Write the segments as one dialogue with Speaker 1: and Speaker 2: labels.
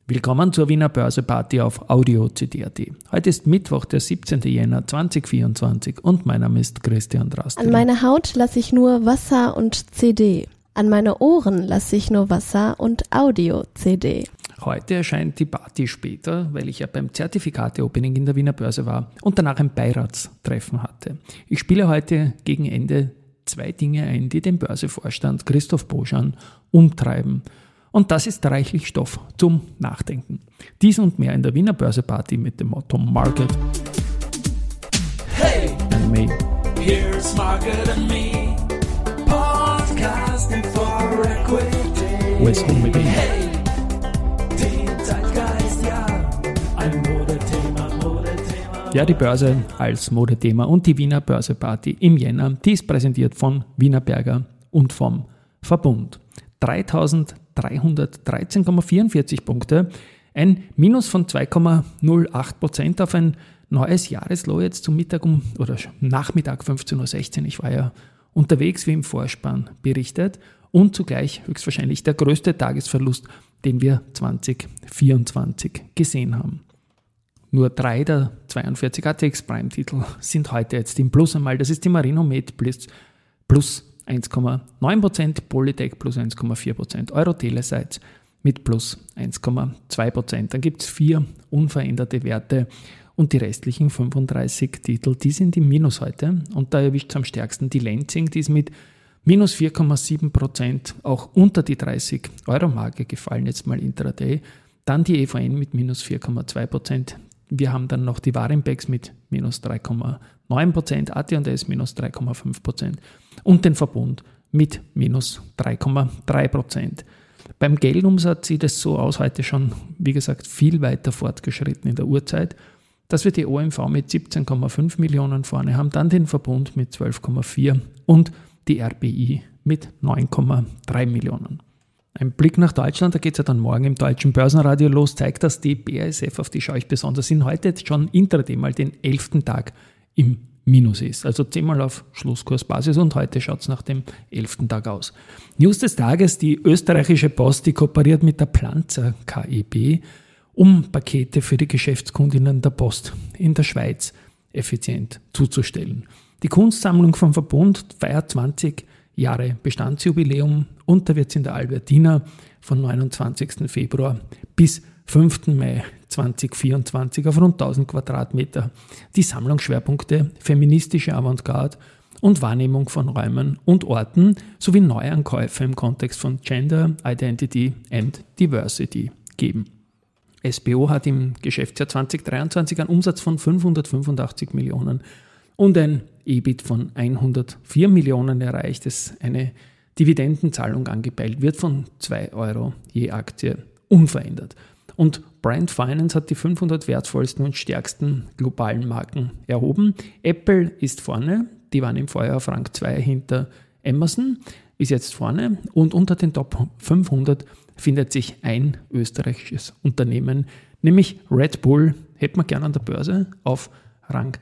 Speaker 1: Willkommen zur Wiener Börse-Party auf Audio-CD.at. Heute ist Mittwoch, der 17. Jänner 2024 und mein Name ist Christian Drastil.
Speaker 2: An meine Haut lasse ich nur Wasser und CD. An meine Ohren lasse ich nur Wasser und Audio-CD.
Speaker 1: Heute erscheint die Party später, weil ich ja beim Zertifikate-Opening in der Wiener Börse war und danach ein Beiratstreffen hatte. Ich spiele heute gegen Ende 2 Dinge ein, die den Börsevorstand Christoph Boschan umtreiben. Und das ist reichlich Stoff zum Nachdenken. Dies und mehr in der Wiener Börse-Party mit dem Motto Market.
Speaker 3: Hey,
Speaker 1: and me.
Speaker 3: Here's Market and Me, podcasting for equity.
Speaker 1: Wo ist Home Again?
Speaker 3: Hey, den Zeitgeist, ja, ein Modethema.
Speaker 1: Ja, die Börse als Modethema und die Wiener Börse-Party im Jänner, die ist präsentiert von Wienerberger und vom Verbund. 3.313,44 Punkte, ein Minus von 2,08% auf ein neues Jahreslow jetzt zum Nachmittag 15.16 Uhr. Ich war ja unterwegs, wie im Vorspann berichtet, und zugleich höchstwahrscheinlich der größte Tagesverlust, den wir 2024 gesehen haben. Nur 3 der 42 ATX Prime-Titel sind heute jetzt im Plus einmal. Das ist die Marinomed plus 1,9%, Polytech plus 1,4%, Euro-Telesites mit plus 1,2%. Dann gibt es 4 unveränderte Werte und die restlichen 35 Titel, die sind im Minus heute. Und da erwischt es am stärksten die Lenzing, die ist mit minus 4,7% auch unter die 30-Euro-Marke gefallen, jetzt mal intraday. Dann die EVN mit minus 4,2%. Wir haben dann noch die Warimpex mit minus 3,9%, AT&S minus 3,5% und den Verbund mit minus 3,3%. Beim Geldumsatz sieht es so aus, heute schon, wie gesagt, viel weiter fortgeschritten in der Uhrzeit, dass wir die OMV mit 17,5 Millionen vorne haben, dann den Verbund mit 12,4 und die RBI mit 9,3 Millionen. Ein Blick nach Deutschland, da geht es ja dann morgen im Deutschen Börsenradio los, zeigt, dass die BASF, auf die schaue ich besonders hin, heute jetzt schon intraday mal den 11. Tag im Minus ist. Also 10-mal auf Schlusskursbasis und heute schaut es nach dem 11. Tag aus. News des Tages, die österreichische Post, die kooperiert mit der Planzer KEB, um Pakete für die Geschäftskundinnen der Post in der Schweiz effizient zuzustellen. Die Kunstsammlung vom Verbund feiert 20 Jahre Bestandsjubiläum und da wird es in der Albertina von 29. Februar bis 5. Mai 2024 auf rund 1000 Quadratmeter die Sammlungsschwerpunkte feministische Avantgarde und Wahrnehmung von Räumen und Orten sowie Neuankäufe im Kontext von Gender, Identity and Diversity geben. SBO hat im Geschäftsjahr 2023 einen Umsatz von 585 Millionen und ein EBIT von 104 Millionen erreicht, das eine Dividendenzahlung angepeilt wird von 2 Euro je Aktie unverändert. Und Brand Finance hat die 500 wertvollsten und stärksten globalen Marken erhoben. Apple ist vorne, die waren im Vorjahr auf Rang 2 hinter Amazon, ist jetzt vorne und unter den Top 500 findet sich ein österreichisches Unternehmen, nämlich Red Bull, hätte man gerne an der Börse, auf Rang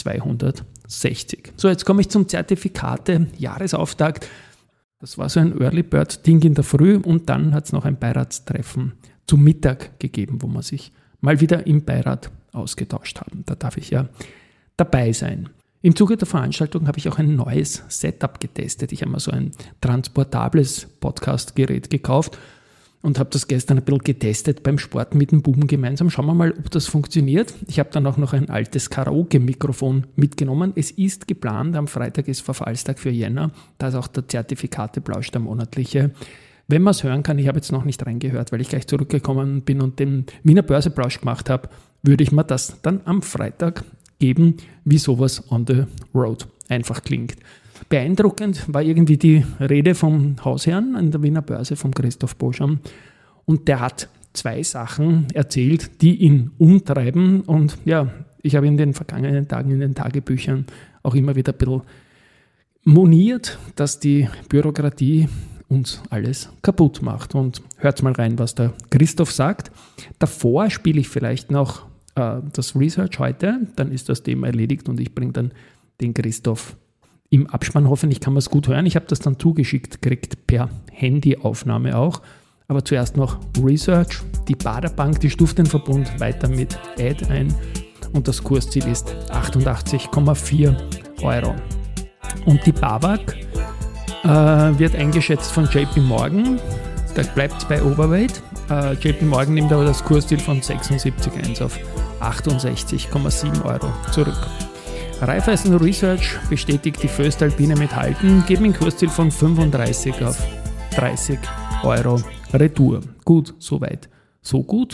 Speaker 1: 260. So, jetzt komme ich zum Zertifikate-Jahresauftakt. Das war so ein Early Bird-Ding in der Früh und dann hat es noch ein Beiratstreffen zum Mittag gegeben, wo wir sich mal wieder im Beirat ausgetauscht haben. Da darf ich ja dabei sein. Im Zuge der Veranstaltung habe ich auch ein neues Setup getestet. Ich habe mir so ein transportables Podcast-Gerät gekauft und habe das gestern ein bisschen getestet beim Sport mit dem Buben gemeinsam. Schauen wir mal, ob das funktioniert. Ich habe dann auch noch ein altes Karaoke-Mikrofon mitgenommen. Es ist geplant, am Freitag ist Verfallstag für Jänner. Da ist auch der Zertifikateplausch, der monatliche. Wenn man es hören kann, ich habe jetzt noch nicht reingehört, weil ich gleich zurückgekommen bin und den Wiener Börseplausch gemacht habe, würde ich mir das dann am Freitag geben, wie sowas on the road einfach klingt. Beeindruckend war irgendwie die Rede vom Hausherrn an der Wiener Börse, vom Christoph Boschan. Und der hat 2 Sachen erzählt, die ihn umtreiben. Und ja, ich habe in den vergangenen Tagen in den Tagebüchern auch immer wieder ein bisschen moniert, dass die Bürokratie uns alles kaputt macht. Und hört mal rein, was der Christoph sagt. Davor spiele ich vielleicht noch das Research heute, dann ist das Thema erledigt und ich bringe dann den Christoph im Abspann. Hoffentlich kann man es gut hören. Ich habe das dann zugeschickt gekriegt per Handyaufnahme auch. Aber zuerst noch Research. Die Baderbank, die stuft den Verbund weiter mit Add ein und das Kursziel ist 88,4 €. Und die BAWAG wird eingeschätzt von JP Morgan. Da bleibt es bei Overweight. JP Morgan nimmt aber das Kursziel von 76,1 auf 68,7 € zurück. Raiffeisen Research bestätigt die Voestalpine mit Halten, geben ein Kursziel von 35 auf 30 € Retour. Gut, soweit, so gut.